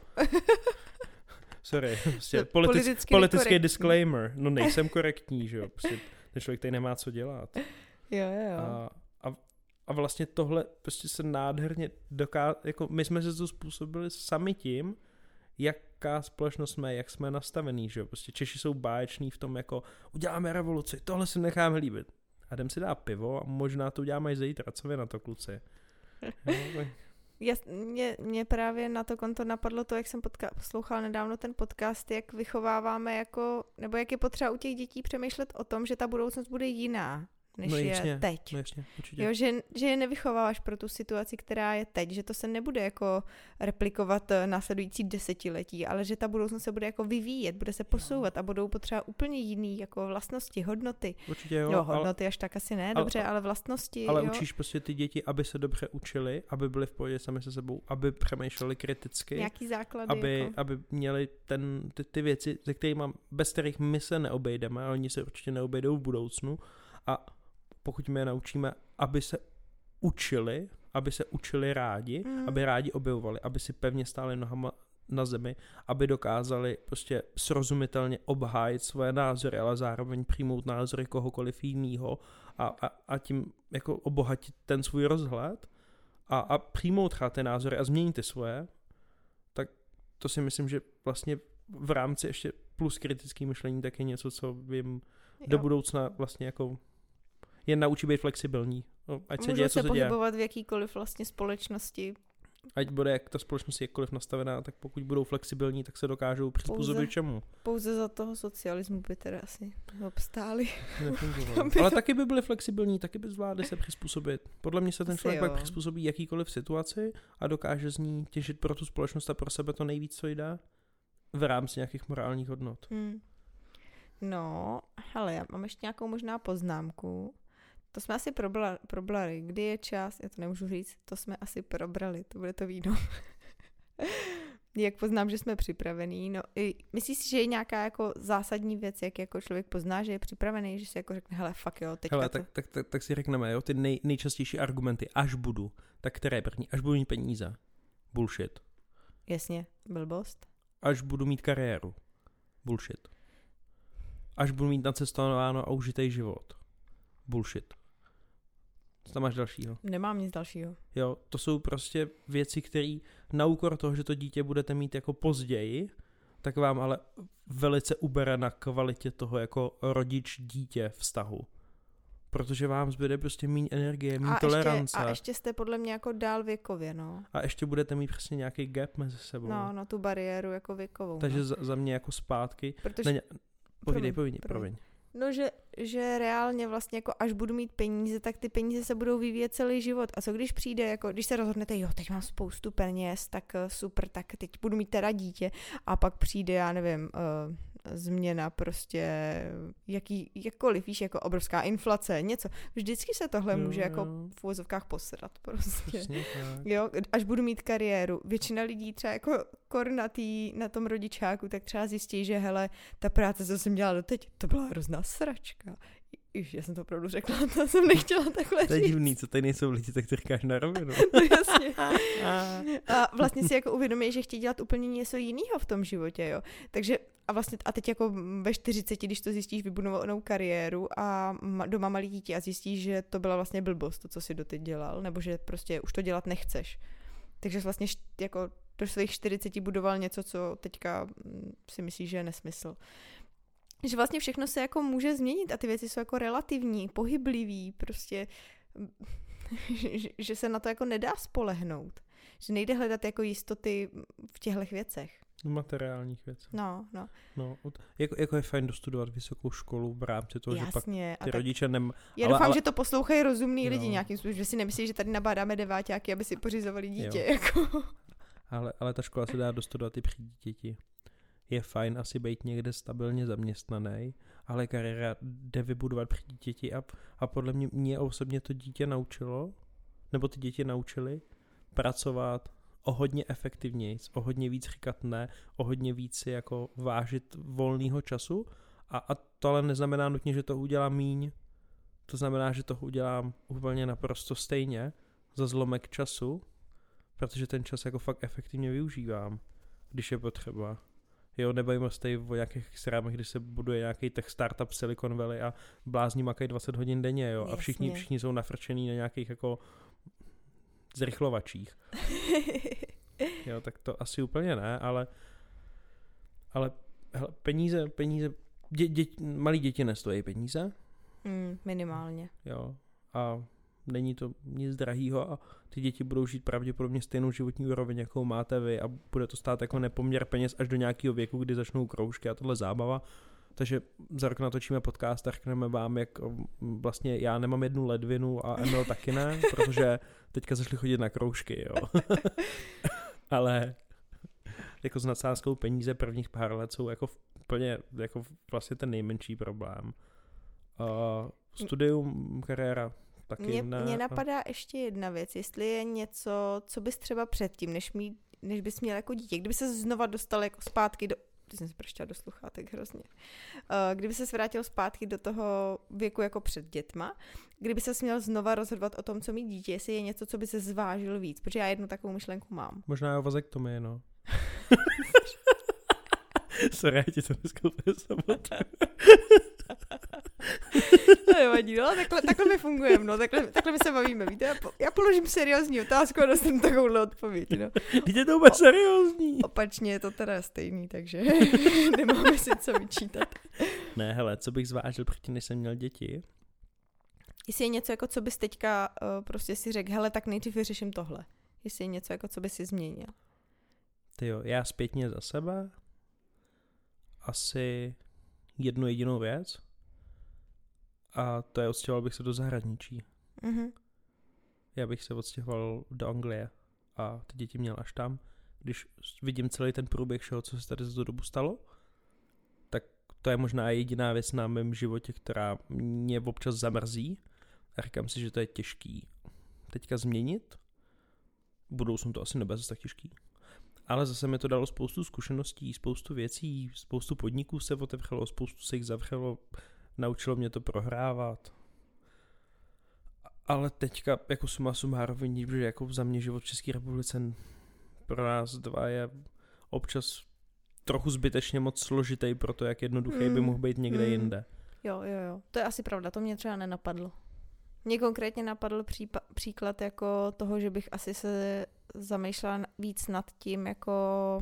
S1: Sorry, prostě politic, politický disclaimer. No nejsem korektní, že jo, prostě ten člověk tady nemá co dělat.
S2: Jo, jo, jo.
S1: A, a, a vlastně tohle prostě se nádherně doká... jako my jsme se to způsobili sami tím, jaká společnost jsme, jak jsme nastavený, že jo. Prostě Češi jsou báječní v tom jako uděláme revoluci, tohle si necháme líbit. A jdem si dát pivo a možná to uděláme i zítra, co vy na to, kluci. Jo,
S2: Jas, mě, mě právě na to konto napadlo to, jak jsem podka- poslouchala nedávno ten podcast, jak vychováváme jako, nebo jak je potřeba u těch dětí přemýšlet o tom, že ta budoucnost bude jiná, než
S1: no jasně,
S2: je teď.
S1: No jasně, určitě.
S2: Jo, že, že je nevychováváš pro tu situaci, která je teď, že to se nebude jako replikovat následující desetiletí, ale že ta budoucnost se bude jako vyvíjet, bude se posouvat a budou potřeba úplně jiný jako vlastnosti, hodnoty.
S1: Určitě jo.
S2: Jo, hodnoty ale, až tak asi ne, dobře, ale, ale vlastnosti.
S1: Ale
S2: jo.
S1: učíš prostě ty děti, aby se dobře učili, aby byli v pohodě sami se sebou, aby přemýšleli kriticky.
S2: Nějaký základy.
S1: Aby,
S2: jako.
S1: aby měli ten, ty, ty věci, ze kterými, bez kterých my se neobejdeme, a oni se určitě neobejdou v budoucnu. A pokud my je naučíme, aby se učili, aby se učili rádi, mm. aby rádi objevovali, aby si pevně stáli nohama na zemi, aby dokázali prostě srozumitelně obhájit svoje názory, ale zároveň přijmout názory kohokoliv jinýho a, a, a tím jako obohatit ten svůj rozhled a, a přijmout ty názory a změnit ty svoje, tak to si myslím, že vlastně v rámci ještě plus kritické myšlení tak je něco, co jim jo. do budoucna vlastně jako jen naučí být flexibilní. No, ať se
S2: Můžou
S1: děje,
S2: se
S1: co se
S2: pohybovat
S1: děje.
S2: v jakýkoliv vlastně společnosti.
S1: Ať bude jak ta společnost jakkoliv nastavená, tak pokud budou flexibilní, tak se dokážou přizpůsobit čemu.
S2: Pouze za toho socialismu by teda asi obstáli.
S1: Ale taky by byli flexibilní, taky by zvládli se přizpůsobit. Podle mě se ten asi člověk jo. pak přizpůsobí jakýkoliv situaci a dokáže z ní těžit pro tu společnost a pro sebe to nejvíc, co jde v rámci nějakých morálních hodnot.
S2: Hmm. No, hele, já mám ještě nějakou možná poznámku. To jsme asi probla, probrali. Kdy je čas? Já to nemůžu říct. To jsme asi probrali. To bude to víno. Jak poznám, že jsme připravený? No, i, myslíš si, že je nějaká jako zásadní věc, jak jako člověk pozná, že je připravený, že si jako řekne, hele, fuck jo, teďka
S1: hele,
S2: to...
S1: tak, tak, tak, tak si řekneme, jo, ty nej, nejčastější argumenty, až budu. Tak které první? Až budu mít peníze. Bullshit.
S2: Jasně, blbost.
S1: Až budu mít kariéru. Bullshit. Až budu mít nacestováno a užitej život. Bullshit. Co tam máš dalšího?
S2: Nemám nic dalšího.
S1: Jo, to jsou prostě věci, které na úkor toho, že to dítě budete mít jako později, tak vám ale velice ubere na kvalitě toho jako rodič-dítě vztahu. Protože vám zbyde prostě méně energie, méně tolerance.
S2: A ještě jste podle mě jako dál věkově, no.
S1: A ještě budete mít přesně nějaký gap mezi sebou.
S2: No, no tu bariéru jako věkovou.
S1: Takže
S2: no.
S1: za, za mě jako zpátky.
S2: Protože...
S1: Ne, povídej, povídej, promiň.
S2: No, že, že reálně vlastně jako až budu mít peníze, tak ty peníze se budou vyvíjet celý život. A co když přijde, jako když se rozhodnete, jo, teď mám spoustu peněz, tak super, tak teď budu mít teda dítě. A pak přijde, já nevím, uh, změna, prostě jaký, jakkoliv, víš, jako obrovská inflace, něco. Vždycky se tohle
S1: Jo,
S2: může jako
S1: jo.
S2: v uvozovkách posrat prostě.
S1: Přesně tak.
S2: Jo, až budu mít kariéru. Většina lidí třeba jako kor na, tý, na tom rodičáku, tak třeba zjistí, že hele, ta práce, co jsem dělala doteď, to byla hrozná sračka. Už, já jsem to opravdu řekla, to jsem nechtěla takhle říct.
S1: To je divný, co tady nejsou lidi, tak to říkáš na rovinu.
S2: No jasně. A vlastně si jako uvědomí, že chtějí dělat úplně něco jiného v tom životě, jo. Takže a vlastně a teď jako ve čtyřiceti, když to zjistíš, vybudovanou kariéru a ma, doma malý dítě a zjistíš, že to byla vlastně blbost, to, co jsi doteď dělal, nebo že prostě už to dělat nechceš. Takže vlastně št, jako do svých čtyřiceti budoval něco, co teďka si myslíš, že je nesmysl. Že vlastně všechno se jako může změnit a ty věci jsou jako relativní, pohyblivý, prostě, že, že se na to jako nedá spolehnout. Že nejde hledat jako jistoty v těchto věcech.
S1: V materiálních věcech.
S2: No, no.
S1: No, jako, jako je fajn dostudovat vysokou školu v rámci toho,
S2: Jasně,
S1: že pak ty rodiče
S2: tak...
S1: nem...
S2: Já
S1: ale,
S2: doufám,
S1: ale...
S2: že to poslouchají rozumný
S1: no.
S2: lidi nějakým způsobem, že si nemyslí, že tady nabádáme deváťáky, aby si pořizovali dítě.
S1: Jo.
S2: Jako.
S1: Ale, ale ta škola se dá dostudovat i při dítěti. Je fajn asi být někde stabilně zaměstnaný, ale kariéra jde vybudovat při dítěti a, a podle mě, mě osobně to dítě naučilo, nebo ty děti naučili pracovat o hodně efektivněji, o hodně víc říkat ne, o hodně víc si jako vážit volného času a, a to ale neznamená nutně, že to udělám míň. To znamená, že to udělám úplně naprosto stejně za zlomek času, protože ten čas jako fakt efektivně využívám, když je potřeba. Jo, nebavíme se tady o nějakých extrémech, když se buduje nějaký tech startup Silicon Valley a blázní makají dvacet hodin denně, jo, a všichni, všichni jsou nafrčený na nějakých jako zrychlovačích. Jo, tak to asi úplně ne, ale ale hele, peníze, peníze, dě, dě, malí děti nestojí peníze.
S2: Mm, minimálně.
S1: Jo, a není to nic drahýho a ty děti budou žít pravděpodobně stejnou životní úroveň, jakou máte vy a bude to stát jako nepoměr peněz až do nějakého věku, kdy začnou kroužky a tohle zábava. Takže za rok natočíme podcast a řekneme vám, jak vlastně já nemám jednu ledvinu a Emil taky ne, protože teďka zašli chodit na kroužky, jo. Ale jako s nadsázkou peníze prvních pár let jsou jako úplně jako vlastně ten nejmenší problém. Uh, studium, kariéra, taky
S2: Mně,
S1: ne.
S2: mně napadá ještě jedna věc, jestli je něco, co bys třeba předtím, než, mít, než bys měl jako dítě, kdyby se znova dostal jako zpátky do, ty jsem se proštěla do sluchátek hrozně, uh, kdyby se vrátil zpátky do toho věku jako před dětma, kdyby se měl znova rozhodovat o tom, co mít dítě, jestli je něco, co by se zvážil víc, protože já jednu takovou myšlenku mám.
S1: Možná je vazektomie, no. Sorry, já ti to dneska úplně samotuju.
S2: To nevadí, no, takhle, takhle my fungujeme, no, takhle, takhle my se bavíme, víte, já, po, já položím seriózní otázku a dostanu takovouhle odpověď, no.
S1: Víte, to bude seriózní.
S2: Opačně je to teda stejný, takže nemáme si co vyčítat.
S1: Ne, hele, co bych zvážil, protože než jsem měl děti?
S2: Jestli je něco, jako co bys teďka uh, prostě si řekl, hele, tak nejdřív vyřeším tohle. Jestli je něco, jako co bys si změnil.
S1: Tyjo, já zpětně za sebe asi jednu jedinou věc a to je odstěhoval bych se do zahraničí.
S2: Mm-hmm.
S1: Já bych se odstěhoval do Anglie a ty děti měl až tam. Když vidím celý ten průběh všeho, co se tady za tu dobu stalo, tak to je možná jediná věc na mém životě, která mě občas zamrzí a říkám si, že to je těžký teďka změnit. V budoucnu to asi nebude zase tak těžký. Ale zase mi to dalo spoustu zkušeností, spoustu věcí, spoustu podniků se otevřelo, spoustu se jich zavřelo, naučilo mě to prohrávat. Ale teďka jako suma sumárum vidím, že jako za mě život v České republice pro nás dva je občas trochu zbytečně moc složitý pro to, jak jednoduchý mm. by mohl být někde mm. jinde.
S2: Jo, jo, jo. To je asi pravda, to mě třeba nenapadlo. Mně konkrétně napadl přípa- příklad jako toho, že bych asi se zamýšlela víc nad tím, jako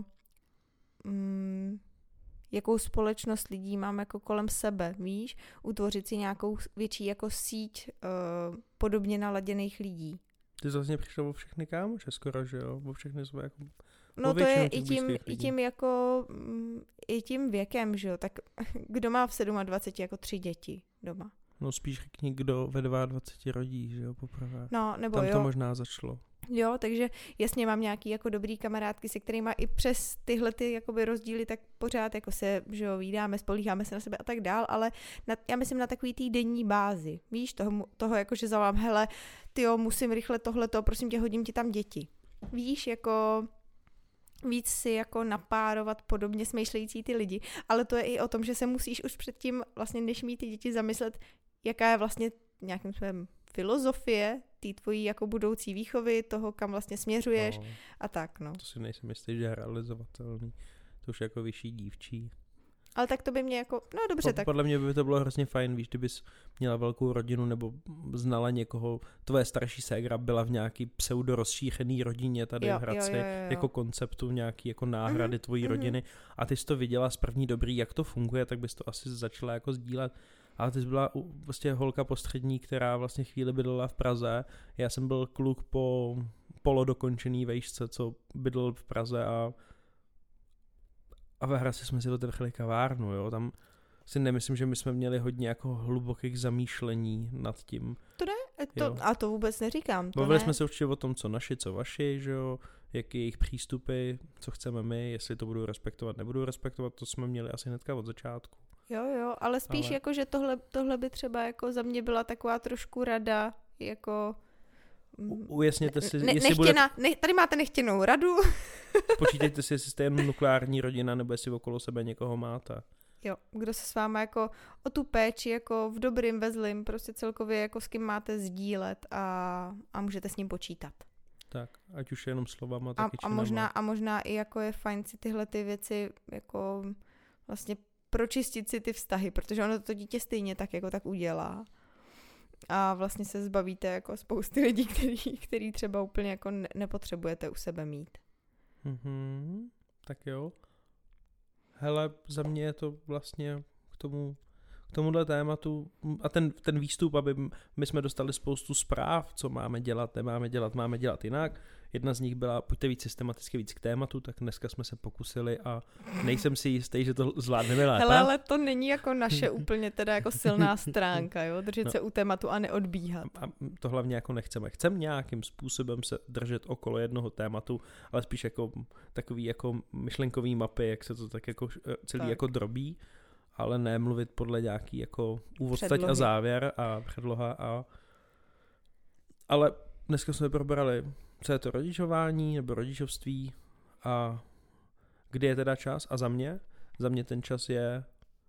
S2: mm, jakou společnost lidí mám jako kolem sebe, víš? Utvořit si nějakou větší jako síť uh, podobně naladěných lidí.
S1: Ty jsi vlastně přišel o všechny kámoše skoro, že jo? O všechny své jako...
S2: No to je i tím, i tím jako, i tím věkem, že jo? Tak kdo má v dvaceti sedmi jako tři děti doma?
S1: No spíš řekni, kdo ve dvaceti dvou rodí, že jo, poprvé.
S2: No, nebo
S1: Tam
S2: jo.
S1: to možná začalo.
S2: Jo, takže jasně mám nějaký jako dobrý kamarádky, se kterýma i přes tyhle ty jakoby rozdíly tak pořád jako se, že jo, vídáme, spolíháme se na sebe a tak dál, ale na, já myslím na takový tý denní bázi, víš, toho, toho jako, že zavolám, hele, tyjo, musím rychle tohleto, prosím tě, hodím ti tam děti. Víš, jako víc si jako napárovat podobně smýšlející ty lidi, ale to je i o tom, že se musíš už předtím vlastně, než mít ty děti, zamyslet, jaká je vlastně nějakým způsobem filozofie té tvojí jako budoucí výchovy, toho, kam vlastně směřuješ
S1: no,
S2: a tak, no.
S1: To si nejsem jistý, že je realizovatelný. To už jako vyšší dívčí.
S2: Ale tak to by mě jako, no dobře,
S1: po,
S2: tak.
S1: Podle mě by to bylo hrozně fajn, víš, kdybys měla velkou rodinu nebo znala někoho, tvoje starší ségra byla v nějaký pseudo rozšířený rodině tady
S2: jo,
S1: v Hradci,
S2: jo, jo, jo.
S1: jako konceptu nějaký jako náhrady mm-hmm, tvojí mm-hmm. rodiny a ty jsi to viděla z první dobrý, jak to funguje, tak bys to asi začala jako sdílet. Ale ty jsi byla vlastně holka postřední, která vlastně chvíli bydlela v Praze. Já jsem byl kluk po polodokončený vejšce, co bydlel v Praze a a ve Hradci jsme si otevřeli kavárnu, jo. Tam si nemyslím, že my jsme měli hodně jako hlubokých zamýšlení nad tím.
S2: To ne, to, a to vůbec neříkám. To
S1: Bavili
S2: ne.
S1: jsme se určitě o tom, co naši, co vaši, že jo, jaký jejich přístupy, co chceme my, jestli to budou respektovat, nebudou respektovat, to jsme měli asi hnedka od začátku.
S2: Jo, jo, ale spíš ale... jako, že tohle, tohle by třeba jako za mě byla taková trošku rada, jako...
S1: U, ujasněte si,
S2: ne,
S1: jestli
S2: nechtěná,
S1: bude...
S2: ne, tady máte nechtěnou radu.
S1: Počítejte si, jestli jste jen nukleární rodina, nebo jestli okolo sebe někoho máte.
S2: Jo, kdo se s váma jako o tu péči, jako v dobrým, ve zlým, prostě celkově jako s kým máte sdílet a, a můžete s ním počítat.
S1: Tak, ať už jenom slovama, tak
S2: a,
S1: i
S2: a možná, a možná i jako je fajn si tyhle ty věci jako vlastně pročistit si ty vztahy, protože ono to dítě stejně tak jako tak udělá. A vlastně se zbavíte jako spousty lidí, který, který třeba úplně jako ne- nepotřebujete u sebe mít.
S1: Mm-hmm, tak jo. Hele, za mě je to vlastně k tomu, k tomuhle tématu a ten, ten výstup, aby my jsme dostali spoustu zpráv, co máme dělat, nemáme dělat, máme dělat jinak. Jedna z nich byla, pojďte víc systematicky víc k tématu, tak dneska jsme se pokusili a nejsem si jistý, že to zvládneme lépe.
S2: Hele, ale to není jako naše úplně teda jako silná stránka, jo, držet no. se u tématu a neodbíhat.
S1: A to hlavně jako nechceme. Chceme nějakým způsobem se držet okolo jednoho tématu, ale spíš jako takový jako myšlenkový mapy, jak se to tak jako celý tak. jako drobí, ale ne mluvit podle nějaký jako úvod, stať a závěr a předloha a ale dneska jsme probrali, co je to rodičování nebo rodičovství a kdy je teda čas a za mě, za mě ten čas je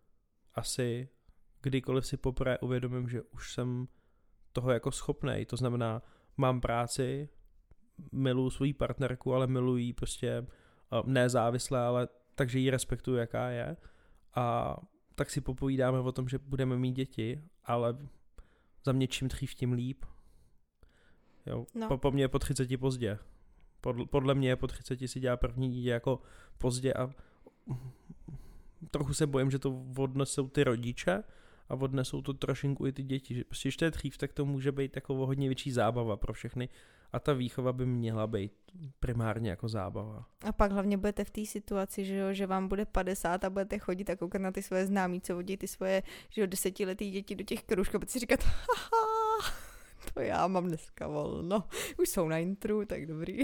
S1: asi kdykoliv si poprvé uvědomím, že už jsem toho jako schopnej, to znamená mám práci, miluji svou partnerku, ale miluji ji prostě ne závisle, ale takže ji respektuju, jaká je a tak si popovídáme o tom, že budeme mít děti, ale za mě čím dřív, tím líp. Jo, no. po, po mně je po třiceti pozdě. Podle, podle mě je po třiceti si dělá první dítě jako pozdě a trochu se bojím, že to odnesou ty rodiče a odnesou to trošinku i ty děti. Že prostě, když to je dřív, tak to může být jako hodně větší zábava pro všechny a ta výchova by měla být primárně jako zábava. A
S2: pak hlavně budete v té situaci, že, jo, že vám bude padesát a budete chodit a koukat na ty svoje známí, co vodí ty svoje že jo, desetiletý děti do těch kroužků a budete si říkat haha, to já mám dneska volno. Už jsou na intru, tak dobrý.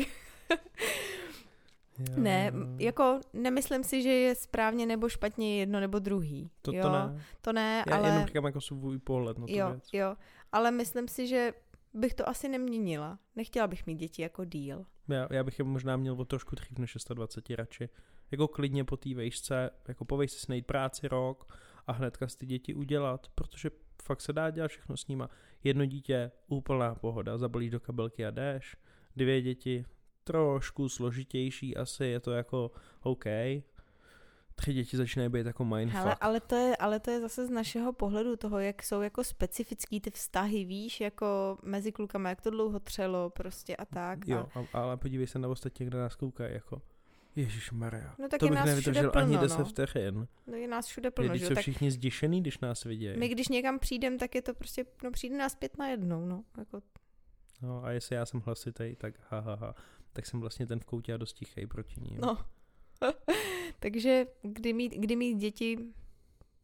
S2: Jo. Ne, jako nemyslím si, že je správně nebo špatně jedno nebo druhý.
S1: To,
S2: jo?
S1: to ne.
S2: To ne,
S1: já
S2: ale...
S1: jenom říkám jako svůj pohled na tu
S2: jo,
S1: věc.
S2: Jo, ale myslím si, že bych to asi neměnila. Nechtěla bych mít děti jako díl.
S1: Já, já bych je možná měl o trošku dřív než dvacet šest radši. Jako klidně po té vejšce, jako po vejšce si najít práci rok a hnedka si ty děti udělat, protože fakt se dá dělat všechno s nima. Jedno dítě, úplná pohoda, zabalíš do kabelky a jdeš. Dvě děti, trošku složitější asi, je to jako OK. Tři děti začínají být jako mindfuck.
S2: Hele, ale to je, ale to je zase z našeho pohledu toho, jak jsou jako specifický ty vztahy, víš, jako mezi klukama, jak to dlouho třelo prostě a tak.
S1: Jo, a... ale podívej se na ostatní, kde nás koukají, jako Ježišmarja.
S2: No tak
S1: to
S2: je
S1: bych
S2: nás
S1: nevydržel
S2: plno,
S1: ani deset
S2: no.
S1: vteřin.
S2: No je nás všude plno,
S1: je,
S2: že
S1: jsou
S2: tak...
S1: všichni zděšený, když nás vidějí.
S2: My když někam přijdem, tak je to prostě, no přijde nás pět na jednou, no. Jako...
S1: No a jestli já jsem hlasitej, tak ha, ha, ha. Tak jsem vlastně ten v koutě a dost tichej proti ní.
S2: No. Takže kdy mít, kdy mít děti,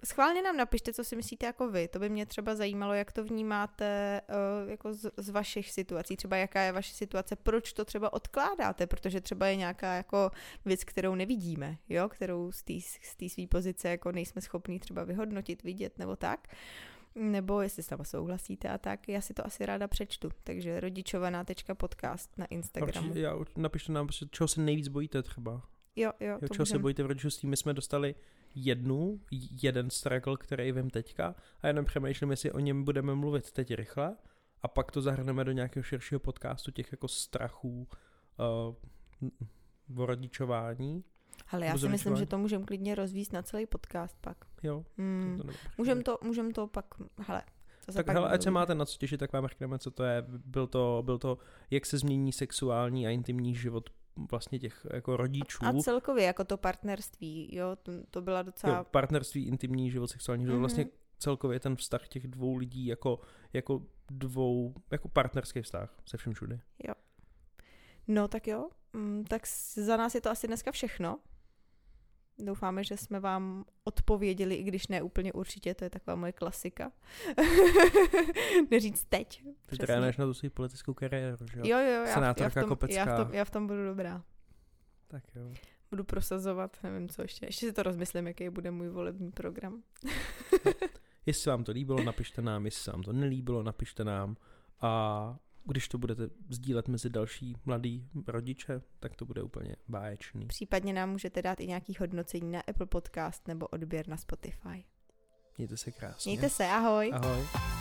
S2: Schválně nám napište, co si myslíte jako vy. To by mě třeba zajímalo, jak to vnímáte uh, jako z, z vašich situací. Třeba jaká je vaše situace, proč to třeba odkládáte, protože třeba je nějaká jako věc, kterou nevidíme, jo? Kterou z té z té své pozice jako nejsme schopní třeba vyhodnotit, vidět nebo tak. Nebo jestli s tam souhlasíte a tak, já si to asi ráda přečtu. Takže rodičovaná tečka podcast na Instagramu.
S1: Určitě, já, napište nám, čeho se nejvíc bojíte třeba.
S2: Jo, jo,
S1: jo
S2: to
S1: čeho
S2: můžem.
S1: se bojíte v rodičovství. My jsme dostali jednu, jeden struggle, který vím teďka a jenom přemýšlím, jestli o něm budeme mluvit teď rychle a pak to zahrneme do nějakého širšího podcastu těch jako strachů uh, o rodičování.
S2: Ale já si myslím, že to můžeme klidně rozvíct na celý podcast pak.
S1: Jo.
S2: Hmm. To můžeme to, můžem to pak, hele. To
S1: tak
S2: pak
S1: hele, ať se máte na co těšit, tak vám řekneme, co to je. Byl to, byl to, jak se změní sexuální a intimní život vlastně těch jako rodičů.
S2: A celkově jako to partnerství, jo, to, to byla docela...
S1: Jo, partnerství, intimní život, sexuální život, mm-hmm. vlastně celkově ten vztah těch dvou lidí jako, jako dvou, jako partnerský vztah se všem všude.
S2: Jo. No tak jo, tak za nás je to asi dneska všechno. Doufáme, že jsme vám odpověděli, i když ne úplně určitě, to je taková moje klasika. Neříct teď.
S1: Ty trénuješ na tu svou politickou kariéru, že jo?
S2: Jo, jo, já,
S1: Senátorka
S2: já, v tom,
S1: Kopecká.
S2: já, v tom, já v tom budu dobrá.
S1: Tak jo.
S2: Budu prosazovat, nevím co ještě. Ještě si to rozmyslím, jaký bude můj volební program.
S1: Jestli vám to líbilo, napište nám, jestli se vám to nelíbilo, napište nám a když to budete sdílet mezi další mladý rodiče, tak to bude úplně báječný.
S2: Případně nám můžete dát i nějaký hodnocení na Apple Podcast nebo odběr na Spotify.
S1: Mějte se krásně.
S2: Mějte se, ahoj.
S1: Ahoj.